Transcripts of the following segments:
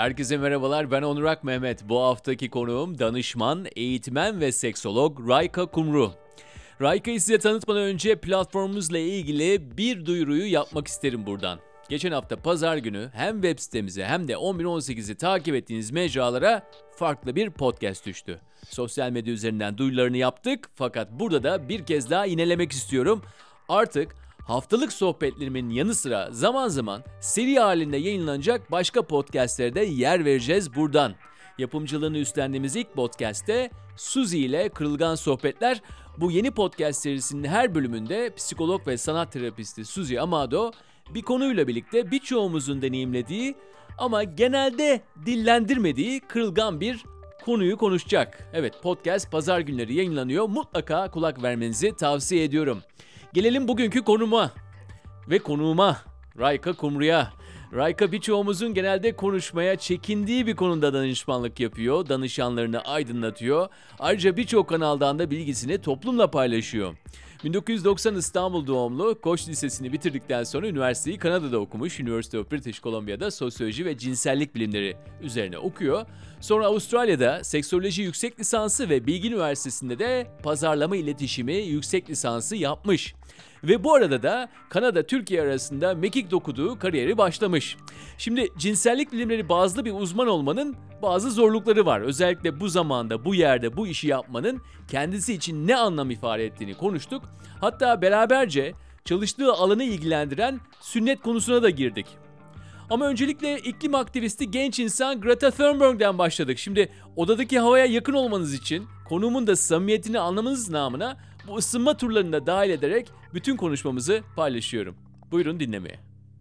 Herkese merhabalar, ben Onur Ak Mehmet. Bu haftaki konuğum danışman, eğitmen ve seksolog Rayka Kumru. Rayka'yı size tanıtmadan önce platformumuzla ilgili bir duyuruyu yapmak isterim buradan. Geçen hafta pazar günü hem web sitemize hem de 11-18'i takip ettiğiniz mecralara farklı bir podcast düştü. Sosyal medya üzerinden duyurularını yaptık fakat burada da bir kez daha yinelemek istiyorum. Artık haftalık sohbetlerimin yanı sıra zaman zaman seri halinde yayınlanacak başka podcastlere de yer vereceğiz buradan. Yapımcılığını üstlendiğimiz ilk podcast'te Suzi ile Kırılgan Sohbetler. Bu yeni podcast serisinin her bölümünde psikolog ve sanat terapisti Suzi Amado bir konuyla birlikte birçoğumuzun deneyimlediği ama genelde dillendirmediği kırılgan bir konuyu konuşacak. Evet, podcast pazar günleri yayınlanıyor. Mutlaka kulak vermenizi tavsiye ediyorum. Gelelim bugünkü konuma ve konuğuma, Rayka Kumru'ya. Rayka birçoğumuzun genelde konuşmaya çekindiği bir konuda danışmanlık yapıyor, danışanlarını aydınlatıyor. Ayrıca birçok kanaldan da bilgisini toplumla paylaşıyor. 1990 İstanbul doğumlu, Koç Lisesi'ni bitirdikten sonra üniversiteyi Kanada'da okumuş. University of British Columbia'da sosyoloji ve cinsellik bilimleri üzerine okuyor. Sonra Avustralya'da seksoloji yüksek lisansı ve Bilgi Üniversitesi'nde de pazarlama iletişimi yüksek lisansı yapmış. Ve bu arada da Kanada-Türkiye arasında mekik dokuduğu kariyeri başlamış. Şimdi cinsellik bilimleri bazlı bir uzman olmanın bazı zorlukları var. Özellikle bu zamanda, bu yerde bu işi yapmanın kendisi için ne anlam ifade ettiğini konuştuk. Hatta beraberce çalıştığı alanı ilgilendiren sünnet konusuna da girdik. Ama öncelikle iklim aktivisti genç insan Greta Thunberg'den başladık. Şimdi odadaki havaya yakın olmanız için konuğumun da samimiyetini anlamanız namına bu ısınma turlarını da dahil ederek bütün konuşmamızı paylaşıyorum. Buyurun dinlemeye.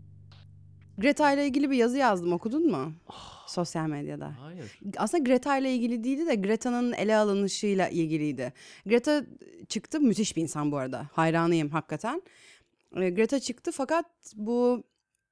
Greta ile ilgili bir yazı yazdım, okudun mu? Sosyal medyada. Hayır. Aslında Greta ile ilgili değildi de Greta'nın ele alınışıyla ilgiliydi. Greta çıktı, müthiş bir insan bu arada. Hayranıyım hakikaten. Greta çıktı fakat bu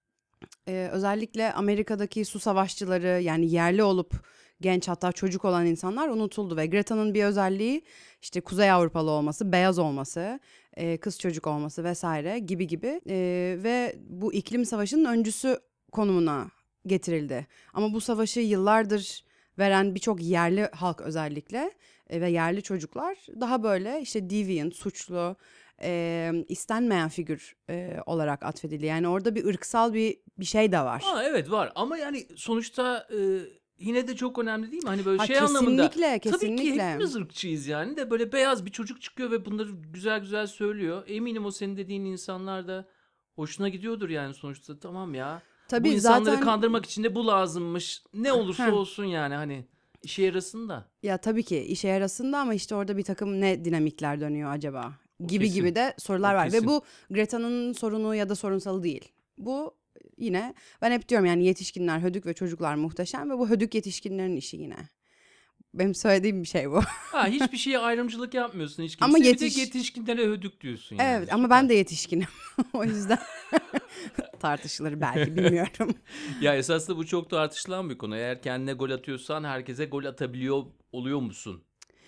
özellikle Amerika'daki su savaşçıları, yani yerli olup genç, hatta çocuk olan insanlar unutuldu ve Greta'nın bir özelliği işte Kuzey Avrupalı olması, beyaz olması, kız çocuk olması vesaire gibi ve bu iklim savaşının öncüsü konumuna getirildi. Ama bu savaşı yıllardır veren birçok yerli halk özellikle ve yerli çocuklar daha böyle işte deviant, suçlu, istenmeyen figür olarak atfedildi. Yani orada bir ırksal bir şey de var. Evet var ama yani sonuçta yine de çok önemli değil mi? Hani böyle Kesinlikle, anlamında. Tabii ki kesinlikle. hepimiz ırkçıyız yani de böyle beyaz bir çocuk çıkıyor ve bunları güzel güzel söylüyor. Eminim o senin dediğin insanlar da hoşuna gidiyordur yani sonuçta, tamam ya. Bu Tabii insanları zaten kandırmak için de bu lazımmış. Ne olursa Heh. olsun yani hani işe yarasın da. Ya tabii ki işe yarasında ama işte orada bir takım ne dinamikler dönüyor acaba O gibi kesin. de sorular O var. Ve kesin. bu Greta'nın sorunu ya da sorunsalı değil. Bu yine ben hep diyorum yani yetişkinler, hödük ve çocuklar muhteşem ve bu hödük yetişkinlerin işi yine. Benim söylediğim bir şey bu. Hiçbir şeye ayrımcılık yapmıyorsun hiç Ama kimse. Bir tek yetişkinlere hödük diyorsun yani. Evet ama Süper. ben de yetişkinim. O yüzden tartışılır belki, bilmiyorum. Ya esasında bu çok tartışılan bir konu. Eğer kendine gol atıyorsan herkese gol atabiliyor oluyor musun?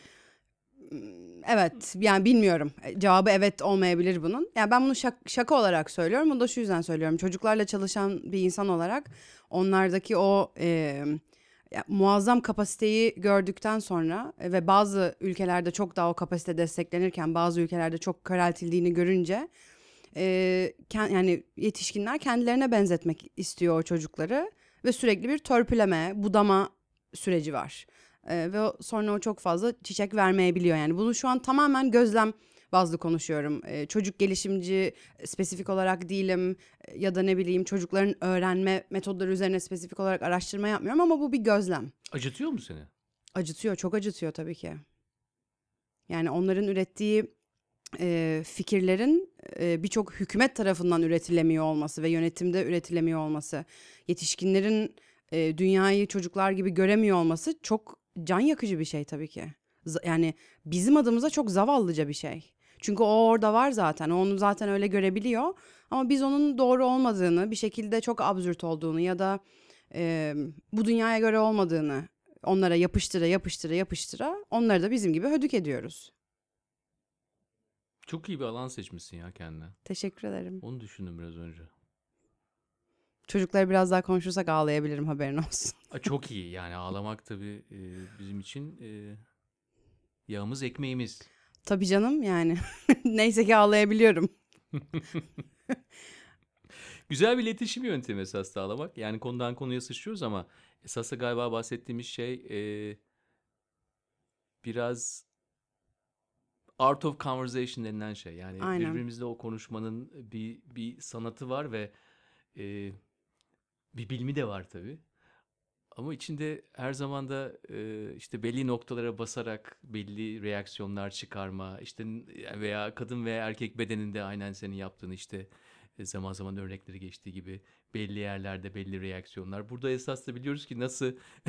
Evet, yani bilmiyorum. Cevabı evet olmayabilir bunun. Yani ben bunu şaka olarak söylüyorum. Bunu da şu yüzden söylüyorum. Çocuklarla çalışan bir insan olarak onlardaki o muazzam kapasiteyi gördükten sonra ve bazı ülkelerde çok daha o kapasite desteklenirken bazı ülkelerde çok köreltildiğini görünce yani yetişkinler kendilerine benzetmek istiyor o çocukları ve sürekli bir törpüleme, budama süreci var. Ve sonra o çok fazla çiçek vermeyebiliyor. Yani bunu şu an tamamen gözlem bazlı konuşuyorum. Çocuk gelişimci spesifik olarak değilim ya da ne bileyim çocukların öğrenme metodları üzerine spesifik olarak araştırma yapmıyorum ama bu bir gözlem. Acıtıyor mu seni? Acıtıyor, çok acıtıyor tabii ki. Yani onların ürettiği fikirlerin birçok hükümet tarafından üretilemiyor olması ve yönetimde üretilemiyor olması, yetişkinlerin dünyayı çocuklar gibi göremiyor olması çok can yakıcı bir şey tabii ki. Yani bizim adımıza çok zavallıca bir şey. Çünkü o orada var zaten, o onu zaten öyle görebiliyor. Ama biz onun doğru olmadığını, bir şekilde çok absürt olduğunu ya da bu dünyaya göre olmadığını onlara yapıştıra onları da bizim gibi hödük ediyoruz. Çok iyi bir alan seçmişsin ya kendine. Teşekkür ederim. Onu düşündüm biraz önce. Çocukları biraz daha konuşursak ağlayabilirim, haberin olsun. Çok iyi yani ağlamak tabii bizim için yağımız ekmeğimiz. Tabii canım yani. Neyse ki ağlayabiliyorum. Güzel bir iletişim yöntemi esas da ağlamak. Yani konudan konuya sıçrıyoruz ama esas da galiba bahsettiğimiz şey biraz art of conversation denilen şey. Yani Aynen. birbirimizle o konuşmanın bir sanatı var ve e, bir bilimi de var tabii. Ama içinde her zaman da işte belli noktalara basarak belli reaksiyonlar çıkarma, işte veya kadın veya erkek bedeninde aynen senin yaptığın işte zaman zaman örnekleri geçtiği gibi belli yerlerde belli reaksiyonlar. Burada esas da biliyoruz ki nasıl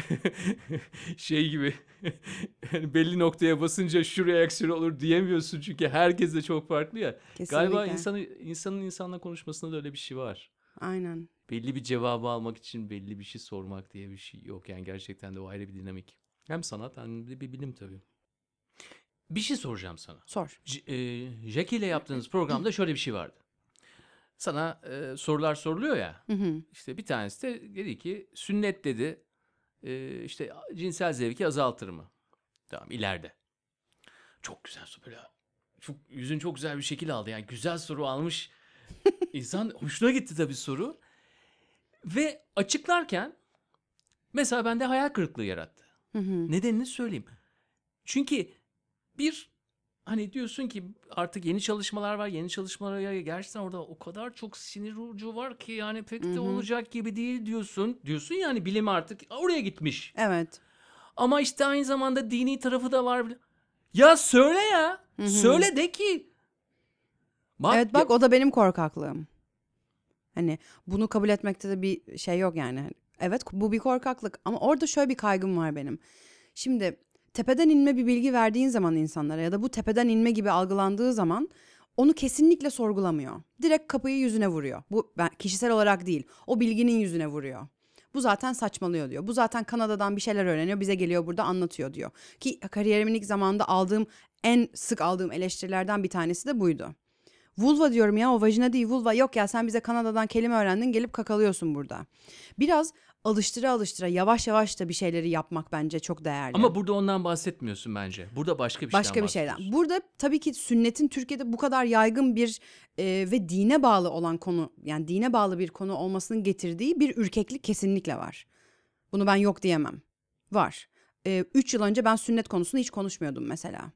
şey gibi yani belli noktaya basınca şu reaksiyon olur diyemiyorsun çünkü herkes de çok farklı ya. Galiba Kesinlikle. insanın insanla konuşmasında da öyle bir şey var. Aynen. Belli bir cevabı almak için belli bir şey sormak diye bir şey yok. Yani gerçekten de o ayrı bir dinamik. Hem sanat hem de bir bilim tabii. Bir şey soracağım sana. Sor. Jackie ile yaptığınız programda şöyle bir şey vardı. Sana sorular soruluyor ya. Hı hı. İşte bir tanesi de dedi ki sünnet dedi. İşte cinsel zevki azaltır mı? Tamam ileride. Çok güzel soru böyle. Çok, yüzün çok güzel bir şekil aldı. Yani güzel soru almış. İnsan hoşuna gitti tabii soru. Ve açıklarken mesela bende hayal kırıklığı yarattı. Hı hı. Nedenini söyleyeyim. Çünkü bir hani diyorsun ki artık yeni çalışmalar var. Yeni çalışmalara gerçekten orada o kadar çok sinir ucu var ki yani pek Hı de hı. olacak gibi değil diyorsun. Diyorsun yani bilim artık oraya gitmiş. Evet. Ama işte aynı zamanda dini tarafı da var. Ya söyle ya. Hı hı. Söyle de ki. Bak Evet, bak, o da benim korkaklığım. Hani bunu kabul etmekte de bir şey yok yani. Evet, bu bir korkaklık ama orada şöyle bir kaygım var benim. Şimdi tepeden inme bir bilgi verdiğin zaman insanlara ya da bu tepeden inme gibi algılandığı zaman onu kesinlikle sorgulamıyor. Direkt kapıyı yüzüne vuruyor. Bu ben kişisel olarak değil. O bilginin yüzüne vuruyor. Bu zaten saçmalıyor diyor. Bu zaten Kanada'dan bir şeyler öğreniyor, bize geliyor burada anlatıyor diyor. Ki kariyerimin ilk zamanında en sık aldığım eleştirilerden bir tanesi de buydu. Vulva diyorum ya, o vajina değil, vulva. Yok ya, sen bize Kanada'dan kelime öğrendin, gelip kakalıyorsun burada. Biraz alıştıra alıştıra yavaş yavaş da bir şeyleri yapmak bence çok değerli. ama burada ondan bahsetmiyorsun bence. Burada başka bir şeyden Başka bir şeyden. bahsediyorsun. Burada tabii ki sünnetin Türkiye'de bu kadar yaygın bir ve dine bağlı olan konu, yani dine bağlı bir konu olmasının getirdiği bir ürkeklik kesinlikle var. Bunu ben yok diyemem. Var. 3 yıl önce ben sünnet konusunu hiç konuşmuyordum mesela.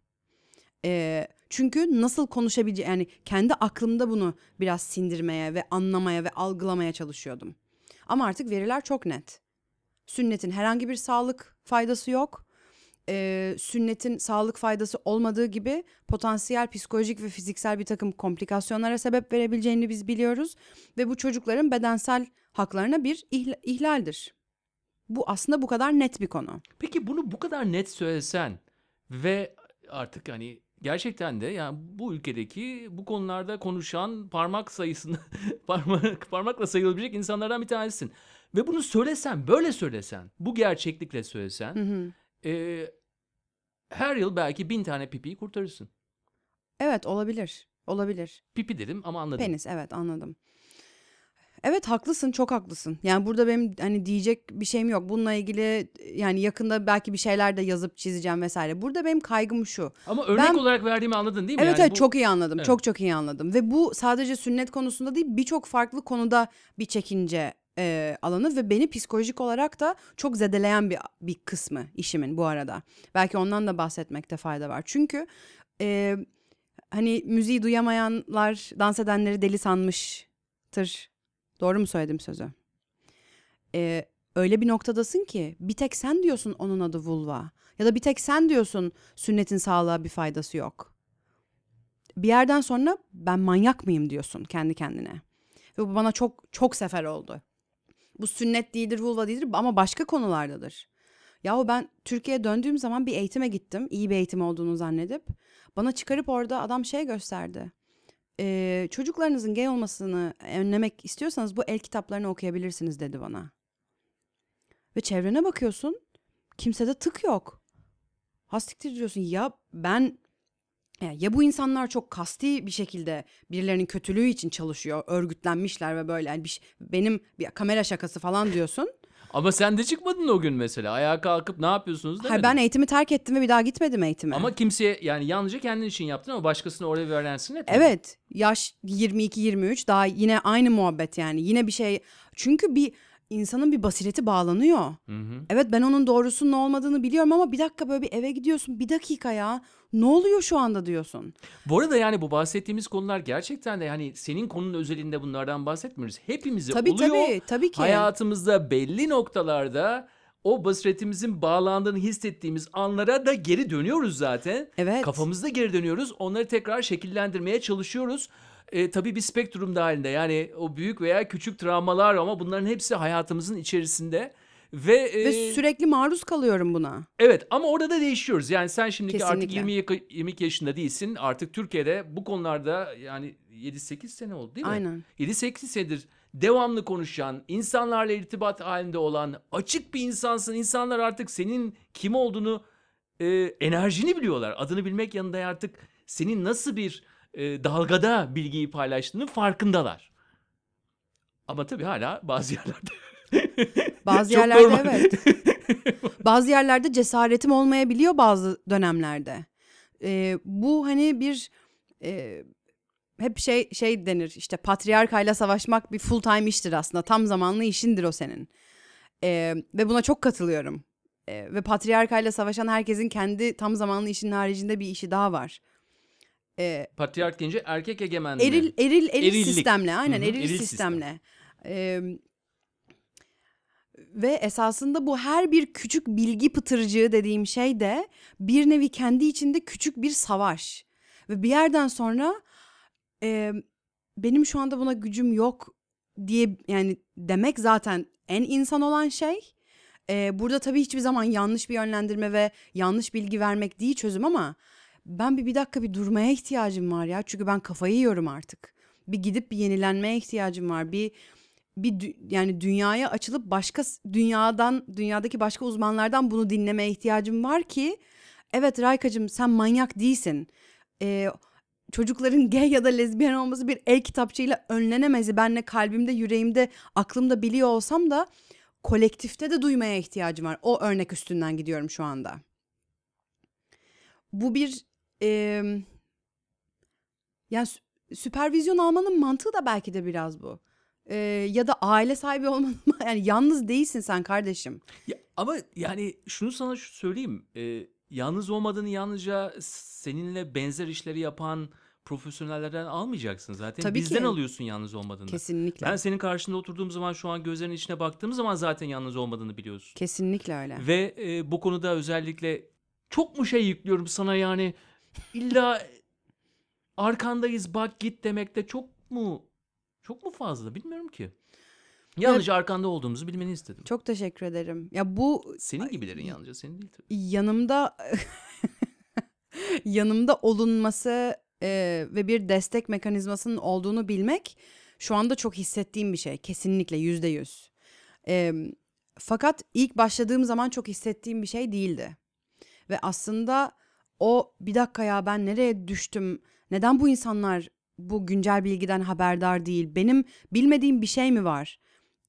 Çünkü nasıl konuşabileceğim, yani kendi aklımda bunu biraz sindirmeye ve anlamaya ve algılamaya çalışıyordum. Ama artık veriler çok net. Sünnetin herhangi bir sağlık faydası yok. Sünnetin sağlık faydası olmadığı gibi potansiyel psikolojik ve fiziksel bir takım komplikasyonlara sebep verebileceğini biz biliyoruz. Ve bu çocukların bedensel haklarına bir ihlaldir. Bu aslında bu kadar net bir konu. Peki bunu bu kadar net söylesen ve artık hani gerçekten de yani bu ülkedeki bu konularda konuşan parmak sayısını parmakla sayılabilecek insanlardan bir tanesisin. Ve bunu söylesen, böyle söylesen, bu gerçeklikle söylesen, Hı hı. e, her yıl belki 1000 tane pipiyi kurtarırsın. Evet, olabilir. Olabilir. Pipi dedim ama anladın. Penis, evet, anladım. Evet, haklısın, çok haklısın. Yani burada benim hani diyecek bir şeyim yok. Bununla ilgili yani yakında belki bir şeyler de yazıp çizeceğim vesaire. Burada benim kaygım şu. Ama örnek Ben olarak verdiğimi anladın değil mi? evet, Yani evet, bu çok iyi anladım. evet. Çok çok iyi anladım. Ve bu sadece sünnet konusunda değil, birçok farklı konuda bir çekince alanı ve beni psikolojik olarak da çok zedeleyen bir kısmı işimin bu arada. Belki ondan da bahsetmekte fayda var. Çünkü e, hani müziği duyamayanlar dans edenleri deli sanmıştır. Doğru mu söyledim sözü? Öyle bir noktadasın ki bir tek sen diyorsun onun adı vulva. Ya da bir tek sen diyorsun sünnetin sağlığa bir faydası yok. Bir yerden sonra ben manyak mıyım diyorsun kendi kendine. Ve bu bana çok çok sefer oldu. Bu sünnet değildir, vulva değildir ama başka konulardadır. Yahu ben Türkiye'ye döndüğüm zaman bir eğitime gittim. İyi bir eğitim olduğunu zannedip. Bana çıkarıp orada adam şey gösterdi. Çocuklarınızın gay olmasını önlemek istiyorsanız bu el kitaplarını okuyabilirsiniz dedi bana. Ve çevrene bakıyorsun, kimsede tık yok. Hastiktir diyorsun ya, ben Ya bu insanlar çok kasti bir şekilde birilerinin kötülüğü için çalışıyor, örgütlenmişler ve böyle yani benim bir kamera şakası falan diyorsun. Ama sen de çıkmadın o gün mesela. Ayağa kalkıp ne yapıyorsunuz Hayır, ben demedin. eğitimi terk ettim ve bir daha gitmedim eğitime. Ama kimseye yani yalnızca kendin için yaptın ama başkasına oraya öğrensin etmedin. Evet, yaş 22-23, daha yine aynı muhabbet yani. Yine bir şey. Çünkü bir insanın bir basireti bağlanıyor. Hı hı. Evet, ben onun doğrusunun ne olmadığını biliyorum ama bir dakika, böyle bir eve gidiyorsun. Bir dakika ya. Ne oluyor şu anda diyorsun. Bu arada yani bu bahsettiğimiz konular gerçekten de yani senin konunun özelinde bunlardan bahsetmiyoruz. Hepimize Tabii oluyor. tabii ki. Hayatımızda belli noktalarda o basiretimizin bağlandığını hissettiğimiz anlara da geri dönüyoruz zaten. Evet. Kafamızda geri dönüyoruz. Onları tekrar şekillendirmeye çalışıyoruz. Tabii bir spektrum dahilinde yani o büyük veya küçük travmalar ama bunların hepsi hayatımızın içerisinde. Ve sürekli maruz kalıyorum buna. Evet ama orada da değişiyoruz. Yani sen şimdiki artık Kesinlikle. 22 yaşında değilsin. Artık Türkiye'de bu konularda yani 7-8 sene oldu değil mi? Aynen. 7-8 senedir devamlı konuşan, insanlarla irtibat halinde olan, açık bir insansın. İnsanlar artık senin kim olduğunu, enerjini biliyorlar. Adını bilmek yanında artık senin nasıl bir dalgada bilgiyi paylaştığının farkındalar. Ama tabii hala bazı yerlerde Bazı çok yerlerde normal. evet. Bazı yerlerde cesaretim olmayabiliyor bazı dönemlerde. Bu hani bir hep şey denir işte, patriarkayla savaşmak bir full time iştir aslında. Tam zamanlı işindir o senin. Ve buna çok katılıyorum. Ve patriarkayla savaşan herkesin kendi tam zamanlı işinin haricinde bir işi daha var. Patriark deyince erkek egemen mi? Eril Erillik. sistemle, Hı aynen hı, eril eril sistem. sistemle. Ve esasında bu her bir küçük bilgi pıtırcığı dediğim şey de bir nevi kendi içinde küçük bir savaş. Ve bir yerden sonra e, benim şu anda buna gücüm yok diye yani demek zaten en insan olan şey. Burada tabii hiçbir zaman yanlış bir yönlendirme ve yanlış bilgi vermek değil çözüm ama ben bir dakika bir durmaya ihtiyacım var ya. Çünkü ben kafayı yiyorum artık. Bir gidip bir yenilenmeye ihtiyacım var. Yani dünyaya açılıp başka dünyadaki başka uzmanlardan bunu dinlemeye ihtiyacım var ki evet Raykacığım, sen manyak değilsin. Çocukların gay ya da lezbiyen olması bir el kitapçığıyla önlenemezi. Ben ne kalbimde, yüreğimde, aklımda biliyor olsam da kolektifte de duymaya ihtiyacım var. O örnek üstünden gidiyorum şu anda. Bu bir yani süpervizyon almanın mantığı da belki de biraz bu. Ya da aile sahibi olmanın yani yalnız değilsin sen kardeşim. Ya, ama yani şunu sana söyleyeyim. Yalnız olmadığını yalnızca seninle benzer işleri yapan profesyonellerden almayacaksın zaten. Tabii Bizden ki. alıyorsun yalnız olmadığını. Ben Kesinlikle. senin karşında oturduğum zaman şu an gözlerinin içine baktığım zaman zaten yalnız olmadığını biliyorsun. Kesinlikle öyle. Ve bu konuda özellikle çok mu şey yüklüyorum sana yani illa arkandayız bak git demekte çok mu fazla bilmiyorum ki. Yalnızca arkanda olduğumuzu bilmeni istedim. Çok teşekkür ederim. Ya bu Senin gibilerin yalnızca senin değil tabii. yanımda olunması ve bir destek mekanizmasının olduğunu bilmek şu anda çok hissettiğim bir şey. Kesinlikle %100. Fakat ilk başladığım zaman çok hissettiğim bir şey değildi. Ve aslında o bir dakika ya, ben nereye düştüm? Neden bu insanlar bu güncel bilgiden haberdar değil? Benim bilmediğim bir şey mi var?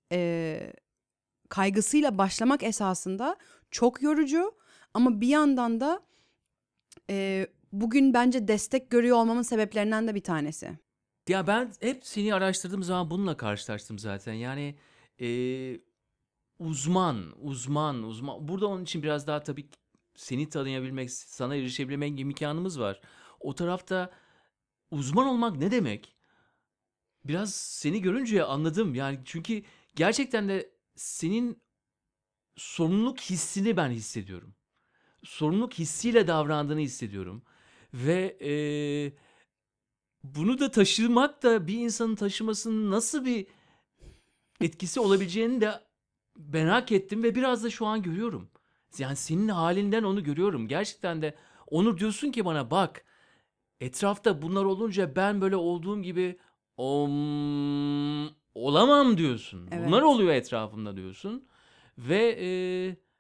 Kaygısıyla başlamak esasında çok yorucu ama bir yandan da bugün bence destek görüyor olmamın sebeplerinden de bir tanesi. Ya ben hep seni araştırdığım zaman bununla karşılaştım zaten. Yani uzman. Burada onun için biraz daha tabii seni tanıyabilmek, sana erişebilmek imkanımız var. O tarafta uzman olmak ne demek? Biraz seni görünce anladım. Yani çünkü gerçekten de senin sorumluluk hissini ben hissediyorum. Sorumluluk hissiyle davrandığını hissediyorum. Ve bunu da taşımak da bir insanın taşımasının nasıl bir etkisi olabileceğini de merak ettim ve biraz da şu an görüyorum. Yani senin halinden onu görüyorum. Gerçekten de Onur diyorsun ki bana bak etrafta bunlar olunca ben böyle olduğum gibi olamam diyorsun. Bunlar Evet. oluyor etrafımda diyorsun. Ve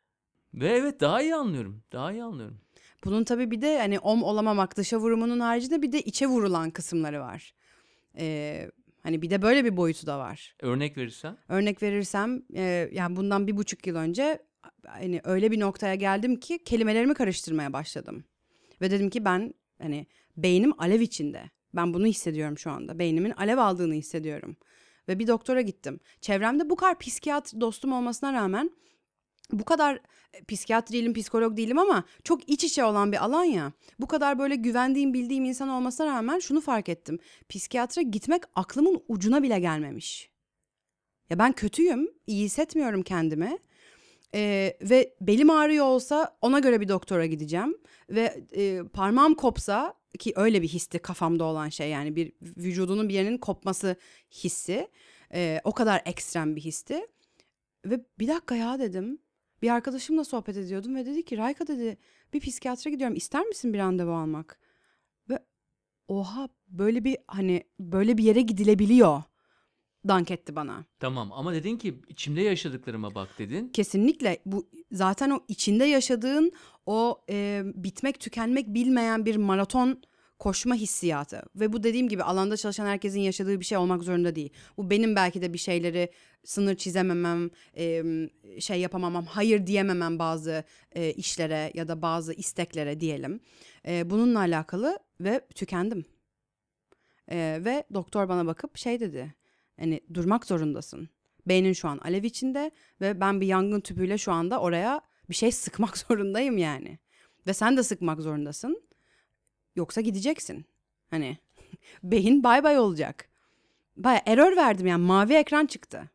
Ve evet, daha iyi anlıyorum. Daha iyi anlıyorum. Bunun tabii bir de hani olamamak, dışa vurumunun haricinde bir de içe vurulan kısımları var. Hani bir de böyle bir boyutu da var. Örnek verirsen. Örnek verirsem yani bundan 1,5 yıl önce hani öyle bir noktaya geldim ki kelimelerimi karıştırmaya başladım. Ve dedim ki ben hani beynim alev içinde. Ben bunu hissediyorum şu anda. Beynimin alev aldığını hissediyorum. Ve bir doktora gittim. Çevremde bu kadar psikiyatr dostum olmasına rağmen bu kadar psikiyatr değilim, psikolog değilim ama çok iç içe olan bir alan ya. Bu kadar böyle güvendiğim, bildiğim insan olmasına rağmen şunu fark ettim. Psikiyatra gitmek aklımın ucuna bile gelmemiş. Ya ben kötüyüm, iyi hissetmiyorum kendimi. Ve belim ağrıyor olsa ona göre bir doktora gideceğim. Ve parmağım kopsa ki öyle bir histi kafamda olan şey yani bir vücudunun bir yerinin kopması hissi. O kadar ekstrem bir histi. Ve bir dakika ya dedim. Bir arkadaşımla sohbet ediyordum ve dedi ki Rayka dedi bir psikiyatra gidiyorum ister misin bir randevu almak? Ve oha böyle bir hani böyle bir yere gidilebiliyor dank etti bana. Tamam, ama dedin ki içimde yaşadıklarıma bak dedin. Kesinlikle bu zaten o içinde yaşadığın o bitmek tükenmek bilmeyen bir maraton koşma hissiyatı ve bu dediğim gibi alanda çalışan herkesin yaşadığı bir şey olmak zorunda değil. Bu benim belki de bir şeyleri sınır çizememem, şey yapamamam, hayır diyememem bazı işlere ya da bazı isteklere diyelim. Bununla alakalı ve tükendim. Ve doktor bana bakıp şey dedi. Hani durmak zorundasın. Beynin şu an alev içinde ve ben bir yangın tüpüyle şu anda oraya bir şey sıkmak zorundayım yani. Ve sen de sıkmak zorundasın. Yoksa gideceksin. Hani beyin bay bay olacak. Baya error verdim yani mavi ekran çıktı.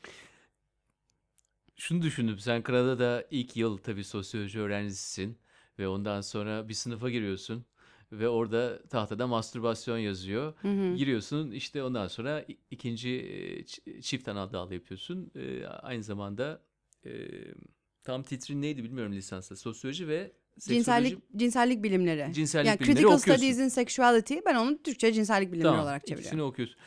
Şunu düşündüm. Sen Kanada'da ilk yıl tabii sosyoloji öğrencisisin ve ondan sonra bir sınıfa giriyorsun ve orada tahtada mastürbasyon yazıyor. Hı hı. Giriyorsun işte ondan sonra ikinci çift ana dal yapıyorsun. Aynı zamanda e, tam titrin neydi bilmiyorum lisansta. Sosyoloji ve seksoloji, Cinsellik bilimleri. cinsellik Yani bilimleri Critical okuyorsun. Studies in Sexuality ben onu Türkçe cinsellik bilimleri Tamam, olarak ikisini çeviriyorum. okuyorsun.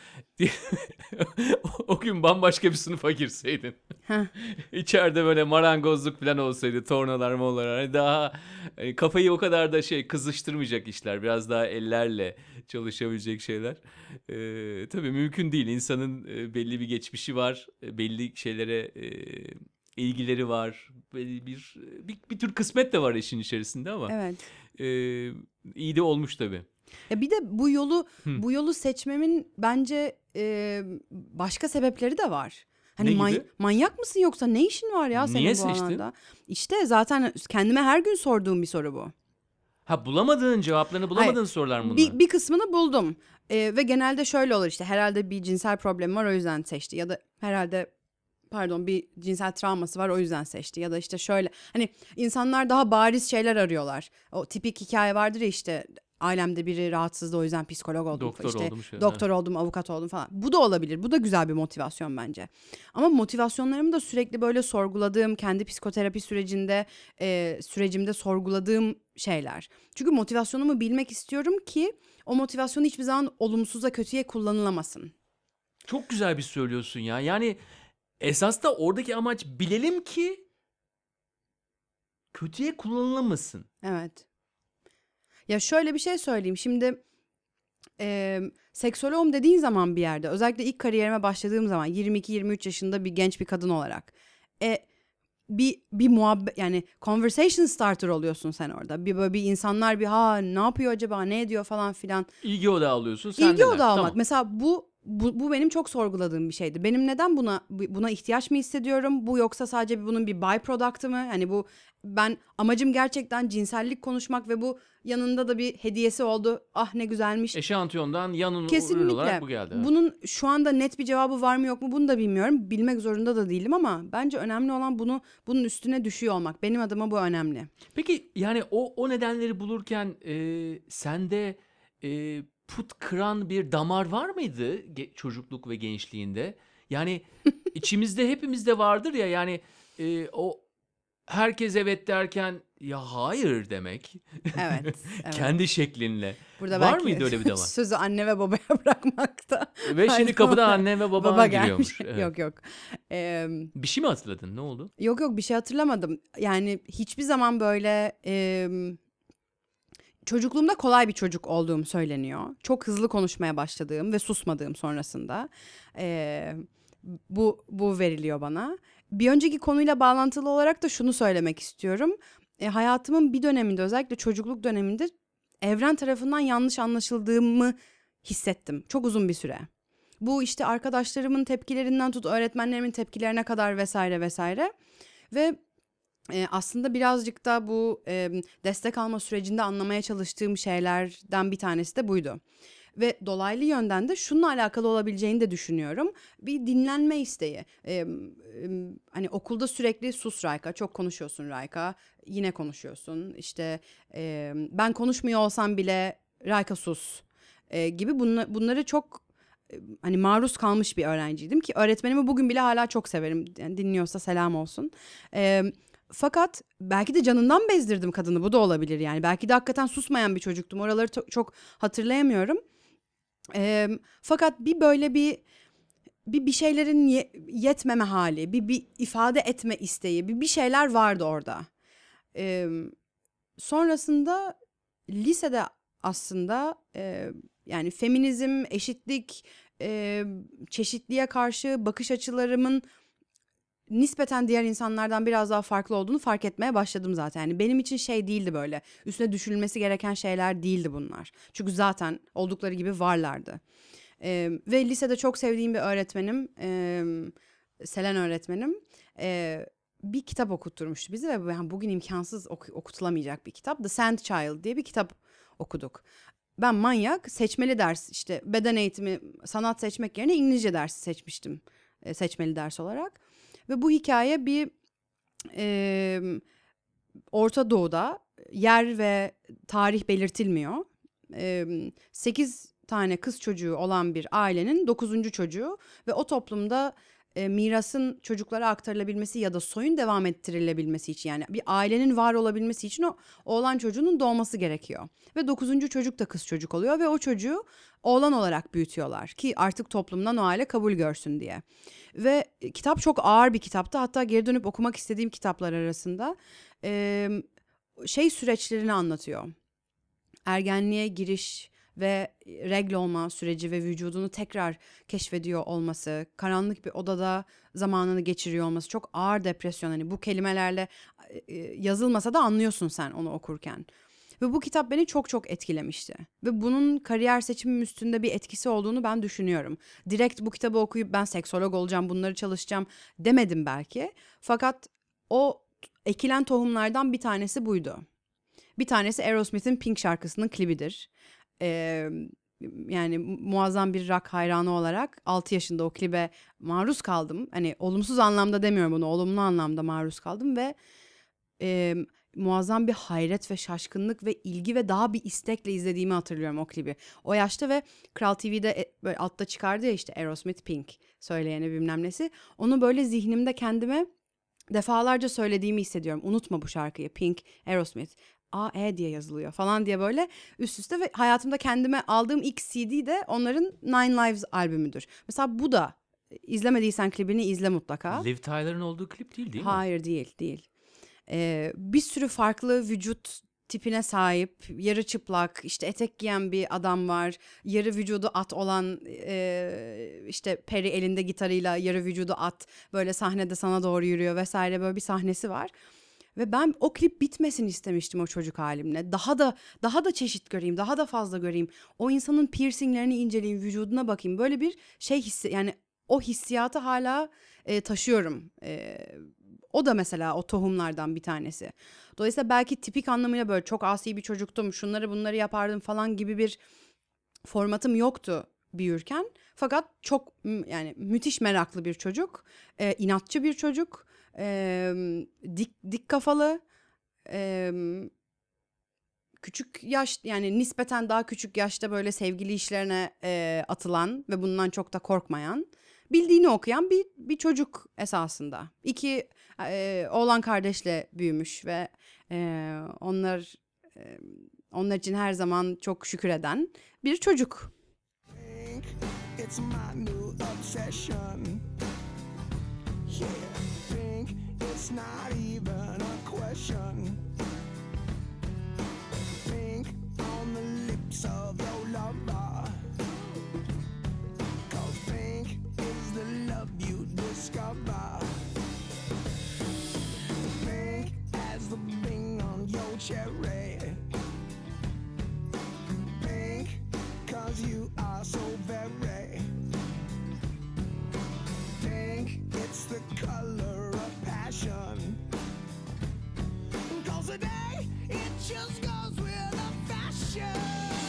O gün bambaşka bir sınıfa girseydin. Heh. İçeride böyle marangozluk falan olsaydı, tornalar mollar, hani daha kafayı o kadar da kızıştırmayacak işler, biraz daha ellerle çalışabilecek şeyler. Tabii mümkün değil. İnsanın belli bir geçmişi var, belli şeylere ilgileri var, belli bir tür kısmet de var işin içerisinde ama Evet. e, iyi de olmuş tabii. Ya bir de bu yolu Hı. bu yolu seçmemin bence başka sebepleri de var. Hani Ne gibi? manyak mısın yoksa ne işin var ya Niye senin bu seçtin? alanda? İşte zaten kendime her gün sorduğum bir soru bu. Ha, bulamadığın cevaplarını Hayır, bulamadığın sorular mı bunlar? bir kısmını buldum. Ve genelde şöyle olur işte herhalde bir cinsel problemi var o yüzden seçti ya da herhalde pardon bir cinsel travması var o yüzden seçti ya da işte şöyle hani insanlar daha bariz şeyler arıyorlar. O tipik hikaye vardır ya işte ailemde biri rahatsızdı o yüzden psikolog oldum Doktor işte oldum şey. doktor oldum avukat oldum falan. Bu da olabilir. Bu da güzel bir motivasyon bence. Ama motivasyonlarımı da sürekli böyle sorguladığım kendi psikoterapi sürecimde sorguladığım şeyler. Çünkü motivasyonumu bilmek istiyorum ki o motivasyon hiçbir zaman olumsuza kötüye kullanılamasın. Çok güzel bir söylüyorsun ya. Yani esas da oradaki amaç bilelim ki kötüye kullanılamasın. Evet. Ya şöyle bir şey söyleyeyim. Şimdi seksoloğum dediğin zaman bir yerde özellikle ilk kariyerime başladığım zaman 22-23 yaşında bir genç bir kadın olarak bir muhabbet yani conversation starter oluyorsun sen orada. Bir böyle bir insanlar bir ha ne yapıyor acaba ne ediyor falan filan. İlgi odağı alıyorsun. İlgi Sendeler. odağı almak. Tamam. Mesela bu benim çok sorguladığım bir şeydi. Benim neden buna ihtiyaç mı hissediyorum? Bu yoksa sadece bunun bir byproduct'ı mı? Hani bu ben amacım gerçekten cinsellik konuşmak ve bu yanında da bir hediyesi oldu. Ah ne güzelmiş. Eşantiyondan yanın ürün olarak Kesinlikle. bu geldi. Evet. Bunun şu anda net bir cevabı var mı yok mu bunu da bilmiyorum. Bilmek zorunda da değilim ama bence önemli olan bunun üstüne düşüyor olmak. Benim adıma bu önemli. Peki yani o nedenleri bulurken sende put kıran bir damar var mıydı çocukluk ve gençliğinde? Yani içimizde hepimizde vardır ya yani o herkes evet derken ya hayır demek. Evet, evet. Kendi şeklinle. Burada Var belki mıydı öyle bir damar? sözü anne ve babaya bırakmakta Ve şimdi fayda kapıdan var. anne ve Baba baban gelmiş. giriyormuş. Evet. Yok yok. Bir şey mi hatırladın? Ne oldu? Yok bir şey hatırlamadım. Yani hiçbir zaman böyle çocukluğumda kolay bir çocuk olduğum söyleniyor. Çok hızlı konuşmaya başladığım ve susmadığım sonrasında bu veriliyor bana. Bir önceki konuyla bağlantılı olarak da şunu söylemek istiyorum. Hayatımın bir döneminde, özellikle çocukluk döneminde evren tarafından yanlış anlaşıldığımı hissettim. Çok uzun bir süre. Bu işte arkadaşlarımın tepkilerinden tut öğretmenlerimin tepkilerine kadar vesaire vesaire. Ve aslında birazcık da bu destek alma sürecinde anlamaya çalıştığım şeylerden bir tanesi de buydu. Ve dolaylı yönden de şununla alakalı olabileceğini de düşünüyorum. Bir dinlenme isteği. Hani okulda sürekli sus Rayka, çok konuşuyorsun Rayka, yine konuşuyorsun. İşte ben konuşmuyor olsam bile Rayka sus gibi bunları çok hani maruz kalmış bir öğrenciydim ki öğretmenimi bugün bile hala çok severim. Yani dinliyorsa selam olsun. Fakat belki de canından bezdirdim kadını, bu da olabilir yani. Belki de hakikaten susmayan bir çocuktum. Oraları çok hatırlayamıyorum. Fakat bir böyle bir şeylerin yetmeme hali, bir ifade etme isteği, bir şeyler vardı orada. Sonrasında lisede aslında yani feminizm, eşitlik, çeşitliğe karşı bakış açılarımın nispeten diğer insanlardan biraz daha farklı olduğunu fark etmeye başladım zaten. Yani benim için şey değildi böyle. Üstüne düşülmesi gereken şeyler değildi bunlar. Çünkü zaten oldukları gibi varlardı. Ve lisede çok sevdiğim bir öğretmenim, Selen öğretmenim, bir kitap okutturmuştu bizi ve yani bugün imkansız okutulamayacak bir kitap. The Sandchild diye bir kitap okuduk. Ben manyak, seçmeli ders, işte beden eğitimi, sanat seçmek yerine İngilizce dersi seçmiştim seçmeli ders olarak. Ve bu hikaye bir Orta Doğu'da, yer ve tarih belirtilmiyor. 8 tane kız çocuğu olan bir ailenin 9. çocuğu ve o toplumda mirasın çocuklara aktarılabilmesi ya da soyun devam ettirilebilmesi için, yani bir ailenin var olabilmesi için o oğlan çocuğunun doğması gerekiyor. Ve 9. çocuk da kız çocuk oluyor ve o çocuğu oğlan olarak büyütüyorlar ki artık toplumdan o aile kabul görsün diye. Ve kitap çok ağır bir kitaptı. Hatta geri dönüp okumak istediğim kitaplar arasında şey süreçlerini anlatıyor. Ergenliğe giriş ve regle olma süreci ve vücudunu tekrar keşfediyor olması, karanlık bir odada zamanını geçiriyor olması, çok ağır depresyon, hani bu kelimelerle yazılmasa da anlıyorsun sen onu okurken. Ve bu kitap beni çok çok etkilemişti. Ve bunun kariyer seçimim üstünde bir etkisi olduğunu ben düşünüyorum. Direkt bu kitabı okuyup ben seksolog olacağım, bunları çalışacağım demedim belki. Fakat o ekilen tohumlardan bir tanesi buydu. Bir tanesi Aerosmith'in Pink şarkısının klibidir. Yani muazzam bir rock hayranı olarak 6 yaşında o klibe maruz kaldım. Hani olumsuz anlamda demiyorum bunu, olumlu anlamda maruz kaldım ve muazzam bir hayret ve şaşkınlık ve ilgi ve daha bir istekle izlediğimi hatırlıyorum o klibi. O yaşta ve Kral TV'de böyle altta çıkardı ya işte Aerosmith Pink söyleyeni bilmem nesi. Onu böyle zihnimde kendime defalarca söylediğimi hissediyorum. Unutma bu şarkıyı, Pink, Aerosmith. diye yazılıyor falan diye böyle üst üste ve hayatımda kendime aldığım ilk CD de onların Nine Lives albümüdür. Mesela bu da, izlemediysen klibini izle mutlaka. Liv Tyler'ın olduğu klip değil mi? Hayır, değil. Bir sürü farklı vücut tipine sahip, yarı çıplak, işte etek giyen bir adam var. Yarı vücudu at olan, işte Perry elinde gitarıyla yarı vücudu at, böyle sahnede sana doğru yürüyor vesaire, böyle bir sahnesi var. Ve ben o klip bitmesin istemiştim o çocuk halimle. Daha da çeşit göreyim, daha da fazla göreyim. O insanın piercinglerini inceleyeyim, vücuduna bakayım. Böyle bir şey yani o hissiyatı hala taşıyorum. O da mesela o tohumlardan bir tanesi. Dolayısıyla belki tipik anlamıyla böyle çok asi bir çocuktum, şunları bunları yapardım falan gibi bir formatım yoktu büyürken. Fakat çok yani müthiş meraklı bir çocuk, inatçı bir çocuk, dik kafalı, küçük yaş, yani nispeten daha küçük yaşta böyle sevgili işlerine atılan ve bundan çok da korkmayan, bildiğini okuyan bir çocuk esasında. 2 Oğlan kardeşle büyümüş ve onlar onlar için her zaman çok şükreden bir çocuk. It's my new obsession. Yeah, think it's not even a question. Think on the lips of your lover. 'Cause think is the love you discover. Think as the bing on your cherry. Think 'cause you are so very. Think it's the color of passion. 'Cause today it just goes with the fashion.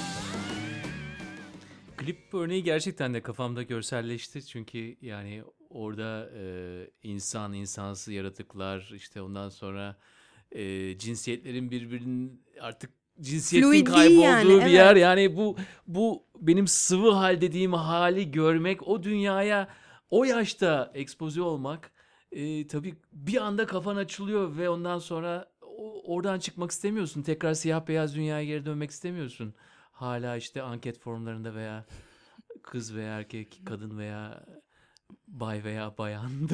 Klip örneği gerçekten de kafamda görselleşti. Çünkü yani orada insan, insansı yaratıklar, işte ondan sonra cinsiyetlerin birbirinin artık cinsiyetin Fluid değil kaybolduğu yani, bir yer. evet. Yani bu benim sıvı hal dediğim hali görmek, o dünyaya o yaşta ekspoze olmak, tabii bir anda kafan açılıyor ve ondan sonra oradan çıkmak istemiyorsun. Tekrar siyah beyaz dünyaya geri dönmek istemiyorsun. Hala işte anket formlarında veya kız veya erkek, kadın veya bay veya bayanda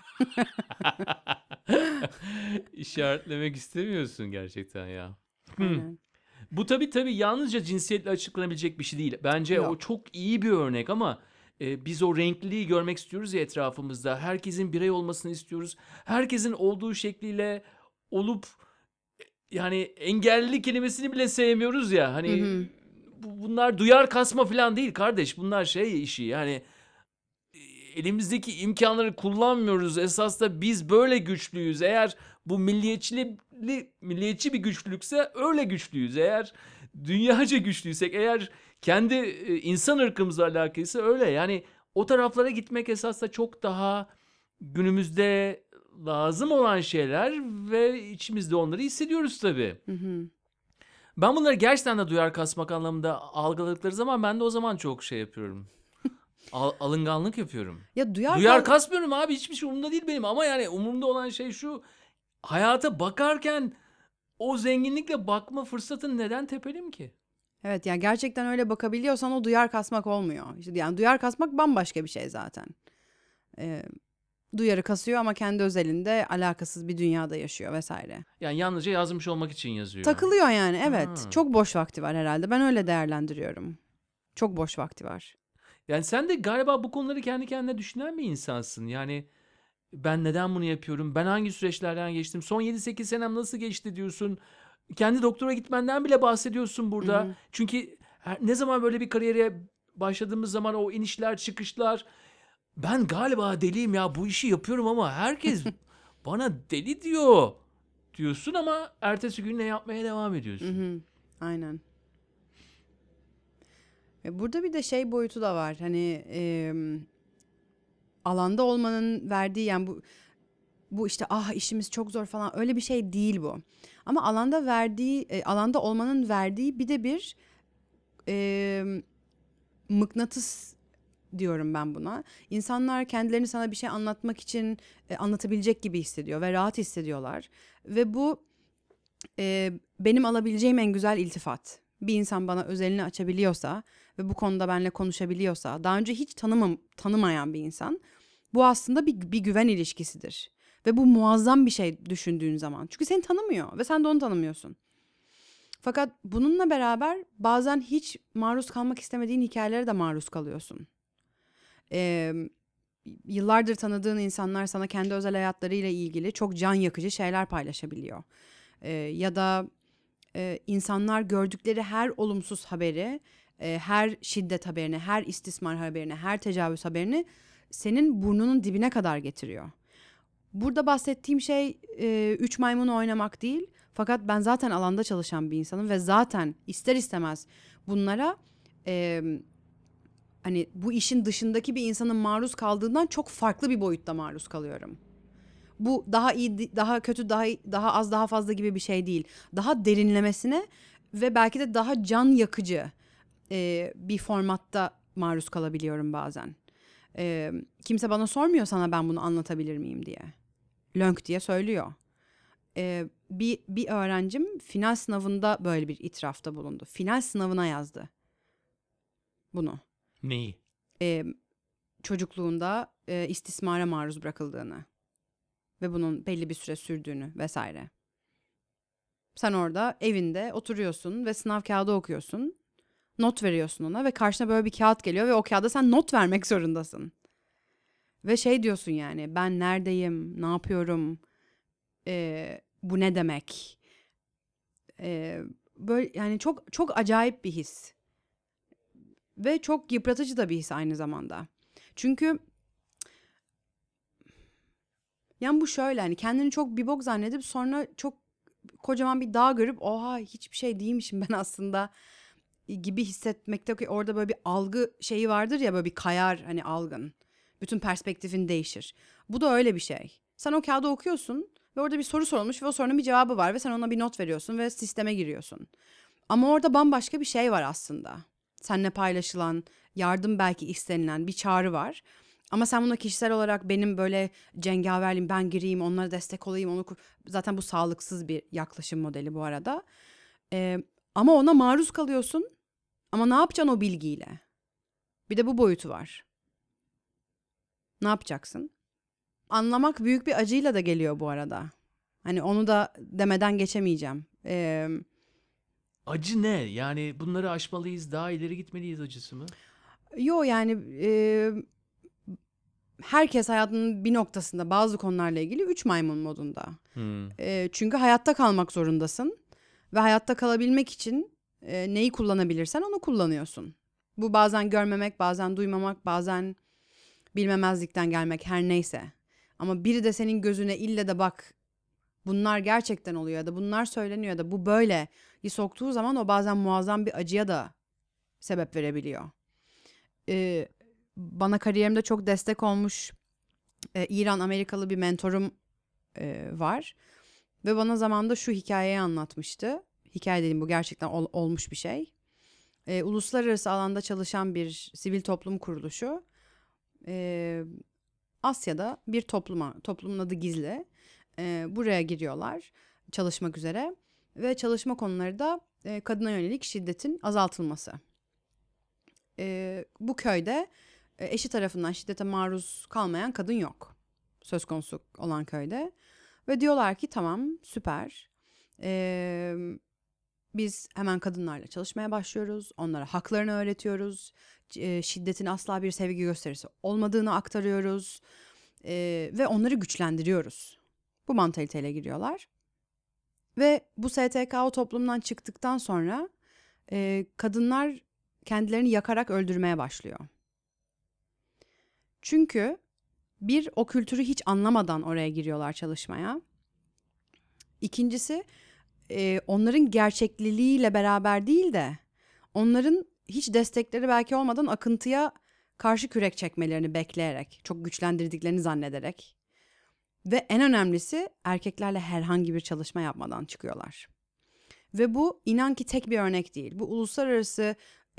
işaretlemek istemiyorsun gerçekten ya. Aynen. Bu tabii yalnızca cinsiyetle açıklanabilecek bir şey değil. Bence o Yok. çok iyi bir örnek ama biz o renkliliği görmek istiyoruz ya etrafımızda. Herkesin birey olmasını istiyoruz. Herkesin olduğu şekliyle olup yani engelli kelimesini bile sevmiyoruz ya. Hani bunlar duyar kasma falan değil kardeş. Bunlar şey işi yani elimizdeki imkanları kullanmıyoruz. Esas da biz böyle güçlüyüz. Eğer bu milliyetçi bir güçlülükse öyle güçlüyüz. Eğer dünyaca güçlüysek, eğer kendi insan ırkımızla alakalıysa öyle. Yani o taraflara gitmek esas da çok daha günümüzde lazım olan şeyler ve içimizde onları hissediyoruz tabii. Ben bunları gerçekten de duyar kasmak anlamında algıladıkları zaman ben de o zaman çok şey yapıyorum. Alınganlık yapıyorum. Ya Duyar kasmıyorum abi, hiçbir şey umurumda değil benim ama yani umurumda olan şey şu: hayata bakarken o zenginlikle bakma fırsatını neden tepelim ki? Evet, yani gerçekten öyle bakabiliyorsan o duyar kasmak olmuyor. İşte yani duyar kasmak bambaşka bir şey zaten. Duyarı kasıyor ama kendi özelinde alakasız bir dünyada yaşıyor vesaire. Yani yalnızca yazmış olmak için yazıyor. Takılıyor yani, evet. Ha. Çok boş vakti var herhalde. Ben öyle değerlendiriyorum. Çok boş vakti var. Yani sen de galiba bu konuları kendi kendine düşünen bir insansın. Yani ben neden bunu yapıyorum? Ben hangi süreçlerden geçtim? Son 7-8 senem nasıl geçti diyorsun. Kendi doktora gitmenden bile bahsediyorsun burada. Çünkü ne zaman böyle bir kariyere başladığımız zaman o inişler çıkışlar, ben galiba deliyim ya, bu işi yapıyorum ama herkes bana deli diyorsun ama ertesi gün ne yapmaya devam ediyorsun. Aynen. Burada bir de şey boyutu da var. Hani alanda olmanın verdiği, yani bu işte işimiz çok zor falan, öyle bir şey değil bu. Ama alanda olmanın verdiği bir de bir mıknatıs diyorum ben buna. İnsanlar kendilerini sana bir şey anlatmak için anlatabilecek gibi hissediyor ve rahat hissediyorlar. Ve bu benim alabileceğim en güzel iltifat. Bir insan bana özelini açabiliyorsa ve bu konuda benimle konuşabiliyorsa, daha önce hiç tanımayan bir insan, bu aslında bir güven ilişkisidir. Ve bu muazzam bir şey düşündüğün zaman. Çünkü seni tanımıyor ve sen de onu tanımıyorsun. Fakat bununla beraber bazen hiç maruz kalmak istemediğin hikayelere de maruz kalıyorsun. Yıllardır tanıdığın insanlar sana kendi özel hayatlarıyla ilgili çok can yakıcı şeyler paylaşabiliyor. Ya da insanlar gördükleri her olumsuz haberi, her şiddet haberini, her istismar haberini, her tecavüz haberini senin burnunun dibine kadar getiriyor. Burada bahsettiğim şey 3 maymunu oynamak değil. Fakat ben zaten alanda çalışan bir insanım ve zaten ister istemez bunlara hani bu işin dışındaki bir insanın maruz kaldığından çok farklı bir boyutta maruz kalıyorum. Bu daha iyi, daha kötü, daha az, daha fazla gibi bir şey değil. Daha derinlemesine ve belki de daha can yakıcı bir formatta maruz kalabiliyorum bazen. Kimse bana sormuyor sana ben bunu anlatabilir miyim diye. Lönk diye söylüyor. Bir öğrencim final sınavında böyle bir itirafta bulundu. Final sınavına yazdı bunu. Neyi? Çocukluğunda istismara maruz bırakıldığını ve bunun belli bir süre sürdüğünü vesaire. Sen orada evinde oturuyorsun ve sınav kağıdı okuyorsun. Not veriyorsun ona ve karşına böyle bir kağıt geliyor ve o kağıda sen not vermek zorundasın. Ve şey diyorsun yani, ben neredeyim, ne yapıyorum, bu ne demek? Böyle yani çok çok acayip bir his. Ve çok yıpratıcı da bir his aynı zamanda. Çünkü yani bu şöyle, hani kendini çok bir bok zannedip sonra çok kocaman bir dağ görüp oha hiçbir şey değilmişim ben aslında gibi hissetmekte. Orada böyle bir algı şeyi vardır ya, böyle bir kayar hani algın. Bütün perspektifin değişir. Bu da öyle bir şey. Sen o kağıdı okuyorsun ve orada bir soru sorulmuş ve o sorunun bir cevabı var ve sen ona bir not veriyorsun ve sisteme giriyorsun. Ama orada bambaşka bir şey var aslında. Seninle paylaşılan, yardım belki istenilen bir çağrı var. Ama sen buna kişisel olarak benim böyle cengaverliğim, ben gireyim, onlara destek olayım, zaten bu sağlıksız bir yaklaşım modeli bu arada. Ama ona maruz kalıyorsun. Ama ne yapacaksın o bilgiyle? Bir de bu boyutu var. Ne yapacaksın? Anlamak büyük bir acıyla da geliyor bu arada. Hani onu da demeden geçemeyeceğim. Acı ne? Yani bunları aşmalıyız, daha ileri gitmeliyiz acısı mı? Yo yani herkes hayatının bir noktasında bazı konularla ilgili 3 maymun modunda. Çünkü hayatta kalmak zorundasın. Ve hayatta kalabilmek için neyi kullanabilirsen onu kullanıyorsun. Bu bazen görmemek, bazen duymamak, bazen bilmemezlikten gelmek, her neyse. Ama biri de senin gözüne ille de bak bunlar gerçekten oluyor ya da bunlar söyleniyor ya da bu böyle soktuğu zaman o bazen muazzam bir acıya da sebep verebiliyor. Bana kariyerimde çok destek olmuş İran Amerikalı bir mentorum var. Ve bana zamanında şu hikayeyi anlatmıştı. Hikaye dediğim bu gerçekten olmuş bir şey. Uluslararası alanda çalışan bir sivil toplum kuruluşu Asya'da bir toplumun adı gizli. Buraya giriyorlar çalışmak üzere ve çalışma konuları da kadına yönelik şiddetin azaltılması. Bu köyde eşi tarafından şiddete maruz kalmayan kadın yok. Söz konusu olan köyde. Ve diyorlar ki tamam süper. Biz hemen kadınlarla çalışmaya başlıyoruz. Onlara haklarını öğretiyoruz. Şiddetin asla bir sevgi gösterisi olmadığını aktarıyoruz. Ve onları güçlendiriyoruz. Bu mantaliteyle giriyorlar. Ve bu STK o toplumdan çıktıktan sonra kadınlar kendilerini yakarak öldürmeye başlıyor. Çünkü bir, o kültürü hiç anlamadan oraya giriyorlar çalışmaya. İkincisi onların gerçekliliğiyle beraber değil de onların hiç destekleri belki olmadan akıntıya karşı kürek çekmelerini bekleyerek, çok güçlendirdiklerini zannederek ve en önemlisi erkeklerle herhangi bir çalışma yapmadan çıkıyorlar. Ve bu inan ki tek bir örnek değil. Bu uluslararası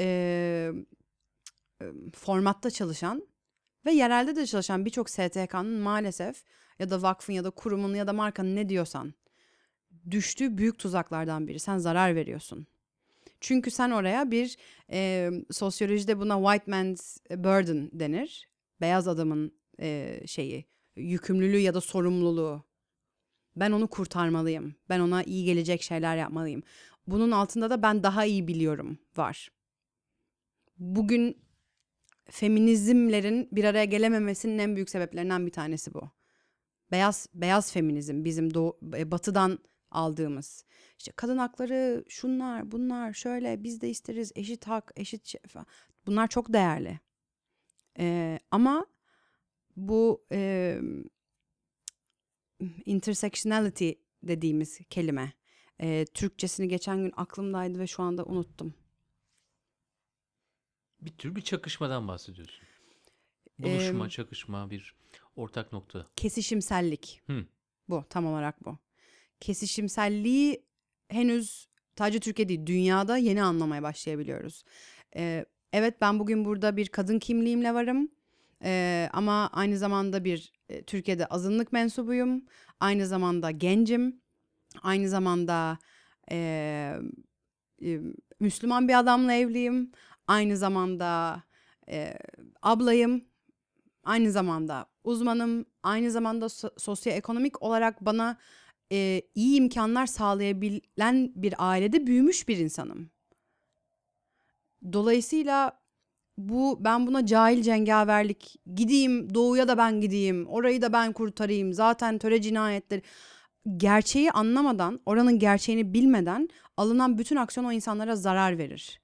formatta çalışan ve yerelde de çalışan birçok STK'nın maalesef ya da vakfın ya da kurumun ya da markanın ne diyorsan düştüğü büyük tuzaklardan biri. Sen zarar veriyorsun. Çünkü sen oraya bir sosyolojide buna white man's burden denir. Beyaz adamın yükümlülüğü ya da sorumluluğu. Ben onu kurtarmalıyım. Ben ona iyi gelecek şeyler yapmalıyım. Bunun altında da ben daha iyi biliyorum var. Bugün feminizmlerin bir araya gelememesinin en büyük sebeplerinden bir tanesi bu. Beyaz feminizm bizim batıdan aldığımız. İşte kadın hakları, şunlar, bunlar, şöyle biz de isteriz, eşit hak, eşit şey falan. Bunlar çok değerli. Ama bu intersectionality dediğimiz kelime, Türkçesini geçen gün aklımdaydı ve şu anda unuttum. Bir tür bir çakışmadan bahsediyorsun. Buluşma, çakışma, bir ortak nokta. Kesişimsellik. Hı. Bu, tam olarak bu. Kesişimselliği henüz sadece Türkiye değil, dünyada yeni anlamaya başlayabiliyoruz. Evet, ben bugün burada bir kadın kimliğimle varım. Ama aynı zamanda bir Türkiye'de azınlık mensubuyum. Aynı zamanda gencim. Aynı zamanda e, Müslüman bir adamla evliyim. Aynı zamanda ablayım. Aynı zamanda uzmanım. Aynı zamanda sosyoekonomik olarak bana iyi imkanlar sağlayabilen bir ailede büyümüş bir insanım. Dolayısıyla ben buna cahil cengaverlik, gideyim doğuya da ben gideyim, orayı da ben kurtarayım, zaten töre cinayetleri. Gerçeği anlamadan, oranın gerçeğini bilmeden alınan bütün aksiyon o insanlara zarar verir.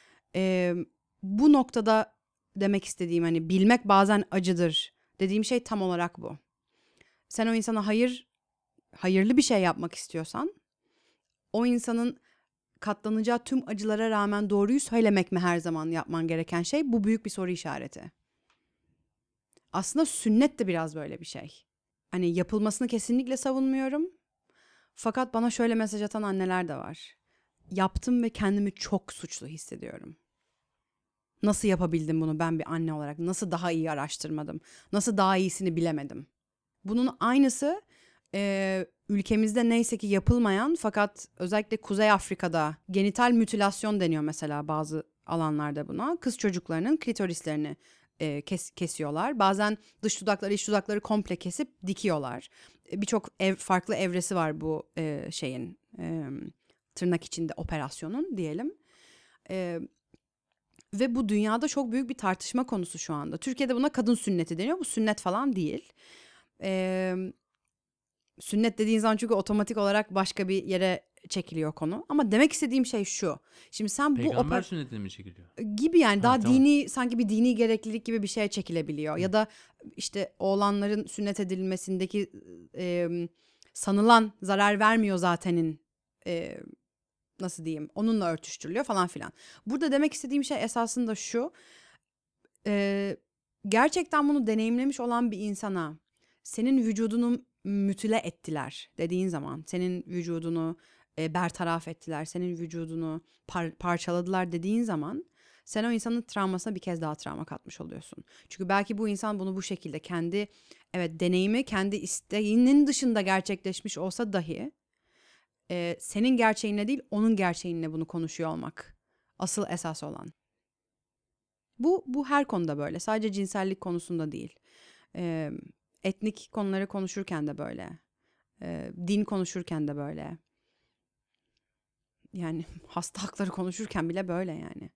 Bu noktada demek istediğim hani bilmek bazen acıdır dediğim şey tam olarak bu. Sen o insana hayırlı bir şey yapmak istiyorsan, o insanın katlanacağı tüm acılara rağmen doğruyu söylemek mi her zaman yapman gereken şey? Bu büyük bir soru işareti. Aslında sünnet de biraz böyle bir şey. Hani yapılmasını kesinlikle savunmuyorum. Fakat bana şöyle mesaj atan anneler de var. Yaptım ve kendimi çok suçlu hissediyorum. Nasıl yapabildim bunu ben bir anne olarak? Nasıl daha iyi araştırmadım? Nasıl daha iyisini bilemedim? Bunun aynısı ülkemizde neyse ki yapılmayan fakat özellikle Kuzey Afrika'da genital mütilasyon deniyor mesela bazı alanlarda buna. Kız çocuklarının klitorislerini kesiyorlar. Bazen dış dudakları, iç dudakları komple kesip dikiyorlar. Birçok farklı evresi var bu şeyin tırnak içinde operasyonun diyelim. Ve bu dünyada çok büyük bir tartışma konusu şu anda. Türkiye'de buna kadın sünneti deniyor. Bu sünnet falan değil. Sünnet dediğin zaman çünkü otomatik olarak başka bir yere çekiliyor konu. Ama demek istediğim şey şu. Şimdi sen Peygamber sünnetine mi çekiliyor? gibi yani daha tamam. dini sanki bir dini gereklilik gibi bir şeye çekilebiliyor. Ya da işte oğlanların sünnet edilmesindeki sanılan zarar vermiyor zatenin nasıl diyeyim onunla örtüştürülüyor falan filan. Burada demek istediğim şey esasında şu. Gerçekten bunu deneyimlemiş olan bir insana senin vücudunu mütüle ettiler dediğin zaman, senin vücudunu bertaraf ettiler, senin vücudunu parçaladılar dediğin zaman sen o insanın travmasına bir kez daha travma katmış oluyorsun. Çünkü belki bu insan bunu bu şekilde kendi deneyimi kendi isteğinin dışında gerçekleşmiş olsa dahi senin gerçeğinle değil onun gerçeğinle bunu konuşuyor olmak asıl esas olan. Bu her konuda böyle. Sadece cinsellik konusunda değil. Etnik konuları konuşurken de böyle. Din konuşurken de böyle. Yani hasta hakları konuşurken bile böyle yani.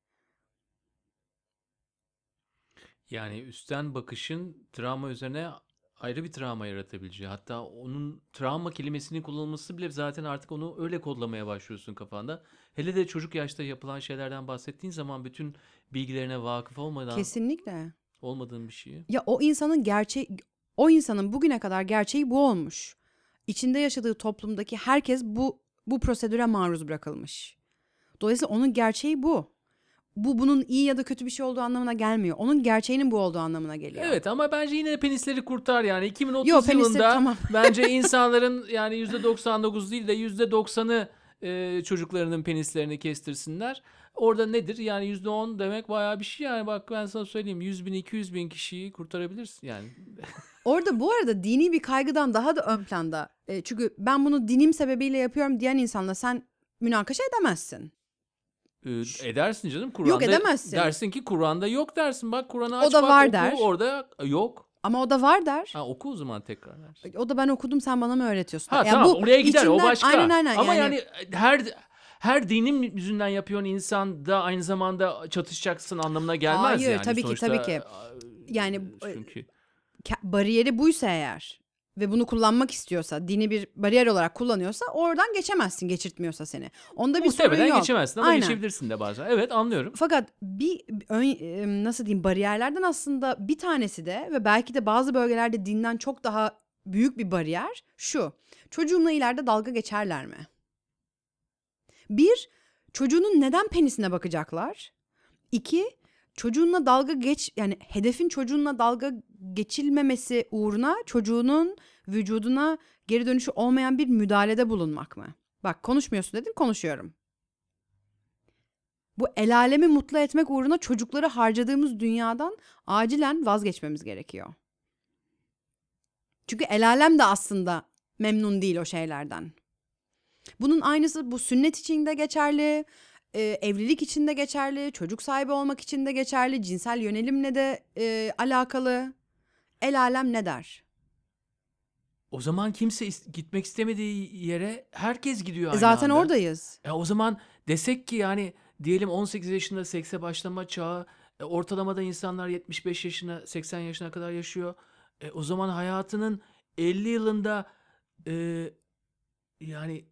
Yani üstten bakışın travma üzerine ayrı bir travma yaratabileceği. Hatta onun travma kelimesinin kullanılması bile zaten artık onu öyle kodlamaya başlıyorsun kafanda. Hele de çocuk yaşta yapılan şeylerden bahsettiğin zaman bütün bilgilerine vakıf Kesinlikle. olmadığın bir şeyi. Ya o insanın bugüne kadar gerçeği bu olmuş. İçinde yaşadığı toplumdaki herkes bu prosedüre maruz bırakılmış. Dolayısıyla onun gerçeği bu. Bunun iyi ya da kötü bir şey olduğu anlamına gelmiyor. Onun gerçeğinin bu olduğu anlamına geliyor. Evet ama bence yine de penisleri kurtar yani 2030 Yo, penisleri yılında tamam. bence insanların yani %99 değil de %90'ı çocuklarının penislerini kestirsinler. Orada nedir? Yani %10 demek bayağı bir şey yani bak ben sana söyleyeyim 100 bin 200 bin kişiyi kurtarabilirsin yani. Orada bu arada dini bir kaygıdan daha da ön planda. Çünkü ben bunu dinim sebebiyle yapıyorum diyen insanla sen münakaşa edemezsin. Edersin canım Kur'an'da. edemezsin. Dersin ki Kur'an'da yok dersin. Bak Kur'an'ı aç O da bak var oku der. orada yok. Ama o da var der. Ha oku o zaman tekrar dersin. O da ben okudum sen bana mı öğretiyorsun? Ha Yani tamam bu oraya gider o içinden- başka. Aynen Ama yani her dinin yüzünden yapıyorsun insan da aynı zamanda çatışacaksın anlamına gelmez Hayır, yani. tabii ki, Sonuçta, tabii ki. Yani çünkü bariyeri buysa eğer ve bunu kullanmak istiyorsa, dini bir bariyer olarak kullanıyorsa oradan geçemezsin geçirtmiyorsa seni. Onda bir sorun muhtemelen yok. geçemezsin ama Aynen. geçebilirsin de bazen. Evet anlıyorum. Fakat nasıl diyeyim bariyerlerden aslında bir tanesi de ve belki de bazı bölgelerde dinden çok daha büyük bir bariyer şu. Çocuğumla ileride dalga geçerler mi? Bir, çocuğunun neden penisine bakacaklar? İki, yani hedefin çocuğunla dalga geçilmemesi uğruna çocuğunun vücuduna geri dönüşü olmayan bir müdahalede bulunmak mı? Bak konuşmuyorsun dedin, konuşuyorum. Bu el alemi mutlu etmek uğruna çocukları harcadığımız dünyadan acilen vazgeçmemiz gerekiyor. Çünkü el alem de aslında memnun değil o şeylerden. Bunun aynısı bu sünnet için de geçerli, evlilik için de geçerli, çocuk sahibi olmak için de geçerli, cinsel yönelimle de alakalı. El alem ne der? O zaman kimse gitmek istemediği yere herkes gidiyor aynı Zaten anda. oradayız. O zaman desek ki yani diyelim 18 yaşında sekse başlama çağı, ortalamada insanlar 75 yaşına 80 yaşına kadar yaşıyor. O zaman hayatının 50 yılında e, yani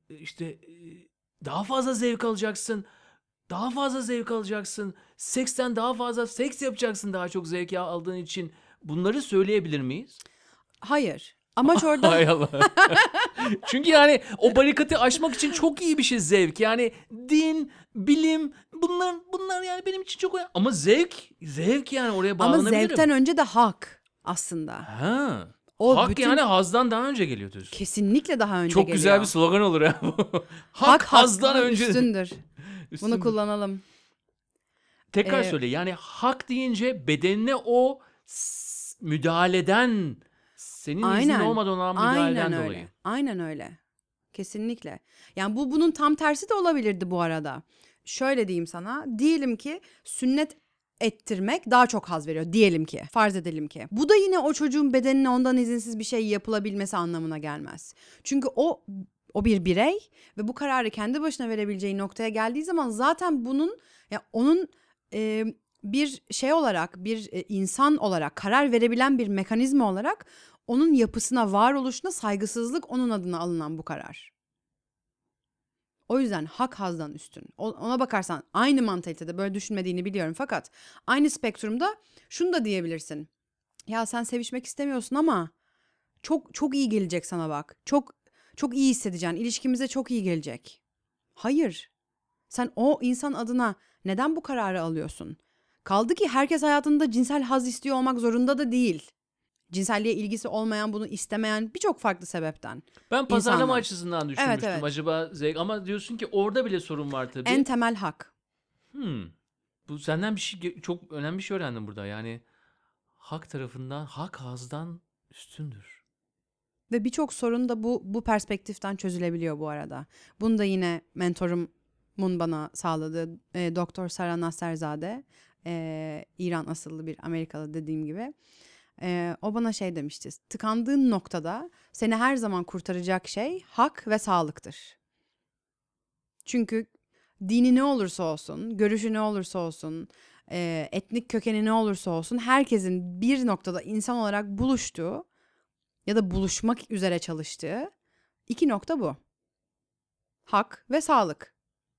daha fazla zevk alacaksın. Daha fazla zevk alacaksın. Seksten daha fazla seks yapacaksın daha çok zevk aldığın için. Bunları söyleyebilir miyiz? Hayır. Amaç orada Hay Allah. Çünkü yani o barikatı aşmak için çok iyi bir şey zevk. Yani din, bilim bunlar yani benim için çok önemli. Ama zevk yani oraya ama bağlanabilirim. zevkten önce de hak aslında. Ha. O Hak bütün- yani hazdan daha önce geliyor diyorsun. Kesinlikle daha önce Çok geliyor. güzel bir slogan olur ha bu. Hak hazdan haktan önce. üstündür. Bunu Üstündür. kullanalım. Tekrar Ee, söyle. Yani hak deyince bedenine o müdahaleden, senin iznin olmadan olan müdahaleden Aynen dolayı. öyle. Aynen öyle. Kesinlikle. Yani bunun tam tersi de olabilirdi bu arada. Şöyle diyeyim sana. Diyelim ki sünnet ettirmek daha çok haz veriyor. Diyelim ki. Farz edelim ki. Bu da yine o çocuğun bedenine ondan izinsiz bir şey yapılabilmesi anlamına gelmez. Çünkü o bir birey ve bu kararı kendi başına verebileceği noktaya geldiği zaman zaten bunun onun bir şey olarak, bir insan olarak karar verebilen bir mekanizma olarak onun yapısına, varoluşuna saygısızlık onun adına alınan bu karar. O yüzden hak hazdan üstün. Ona bakarsan aynı mantalitede böyle düşünmediğini biliyorum fakat aynı spektrumda şunu da diyebilirsin. Ya sen sevişmek istemiyorsun ama çok çok iyi gelecek sana bak. Çok çok iyi hissedeceksin. İlişkimize çok iyi gelecek. Hayır. Sen o insan adına neden bu kararı alıyorsun? Kaldı ki herkes hayatında cinsel haz istiyor olmak zorunda da değil. Cinselliğe ilgisi olmayan, bunu istemeyen birçok farklı sebepten. Ben pazarlama İnsanlar. açısından düşünmüştüm evet. acaba zevk ama diyorsun ki orada bile sorun var tabii. En temel hak. Bu senden bir şey çok önemli bir şey öğrendim burada. Yani hak tarafından hak hazdan üstündür. Ve birçok sorun da bu perspektiften çözülebiliyor bu arada. Bunu da yine mentorumun bana sağladığı Doktor Sara Nasserzade, İran asıllı bir Amerikalı dediğim gibi. O bana şey demişti. Tıkandığın noktada seni her zaman kurtaracak şey hak ve sağlıktır. Çünkü dini ne olursa olsun, görüşü ne olursa olsun, etnik kökeni ne olursa olsun herkesin bir noktada insan olarak buluştuğu ya da buluşmak üzere çalıştığı iki nokta bu. Hak ve sağlık.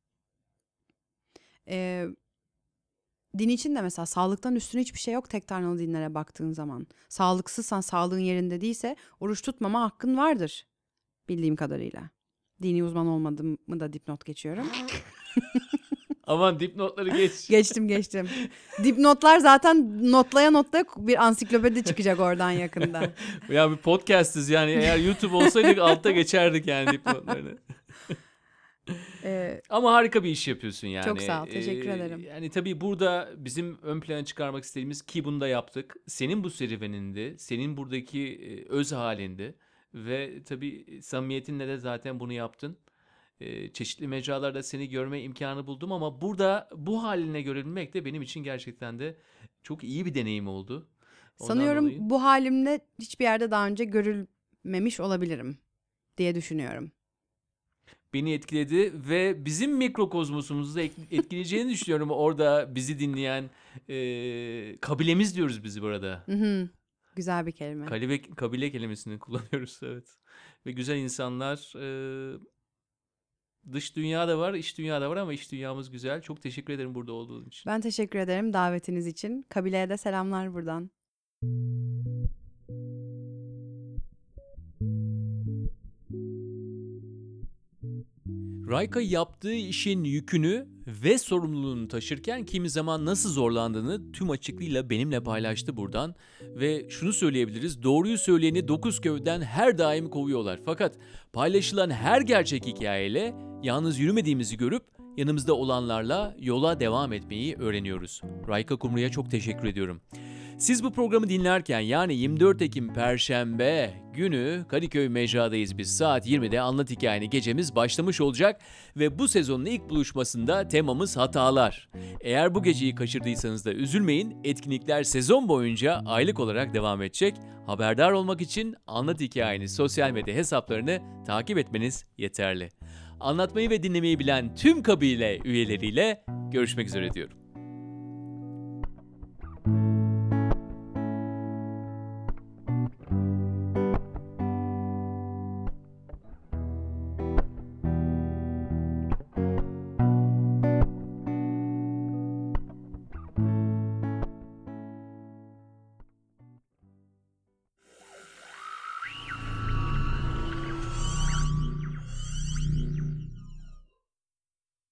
Din için de mesela sağlıktan üstüne hiçbir şey yok tek tanrılı dinlere baktığın zaman. Sağlıksızsan, sağlığın yerinde değilse oruç tutmama hakkın vardır bildiğim kadarıyla. Dini uzman olmadığımı da dipnot geçiyorum. Aman dipnotları geç. Geçtim. Dipnotlar zaten notlaya bir ansiklopedi çıkacak oradan yakında. Ya bir podcast'ız yani eğer YouTube olsaydık altta geçerdik yani dipnotlarını. Ama harika bir iş yapıyorsun yani. Çok sağ ol, teşekkür ederim. Yani tabii burada bizim ön plana çıkarmak istediğimiz ki bunu da yaptık. Senin bu serüveninde, senin buradaki öz halinde ve tabii samimiyetinle de zaten bunu yaptın. Çeşitli mecralarda seni görme imkanı buldum ama burada bu haline görebilmek de benim için gerçekten de çok iyi bir deneyim oldu. Ondan Sanıyorum dolayı bu halimle hiçbir yerde daha önce görülmemiş olabilirim diye düşünüyorum. beni etkiledi ve bizim mikrokozmosumuzu da etkileyeceğini düşünüyorum. Orada bizi dinleyen kabilemiz diyoruz biz burada. Güzel bir kelime. Kabile kelimesini kullanıyoruz, evet. Ve güzel insanlar dış dünyada var, iç dünyada var ama iç dünyamız güzel. Çok teşekkür ederim burada olduğun için. Ben teşekkür ederim davetiniz için. Kabileye de selamlar buradan. Rayka yaptığı işin yükünü ve sorumluluğunu taşırken kimi zaman nasıl zorlandığını tüm açıklığıyla benimle paylaştı buradan. Ve şunu söyleyebiliriz, doğruyu söyleyeni 9 köyden her daim kovuyorlar. Fakat paylaşılan her gerçek hikayeyle yalnız yürümediğimizi görüp yanımızda olanlarla yola devam etmeyi öğreniyoruz. Rayka Kumru'ya çok teşekkür ediyorum. Siz bu programı dinlerken yani 24 Ekim Perşembe günü Kadıköy Mecra'dayız biz. Saat 20'de Anlat Hikayeni gecemiz başlamış olacak ve bu sezonun ilk buluşmasında temamız hatalar. Eğer bu geceyi kaçırdıysanız da üzülmeyin, etkinlikler sezon boyunca aylık olarak devam edecek. Haberdar olmak için Anlat Hikayeni sosyal medya hesaplarını takip etmeniz yeterli. Anlatmayı ve dinlemeyi bilen tüm kabile üyeleriyle görüşmek üzere diyorum.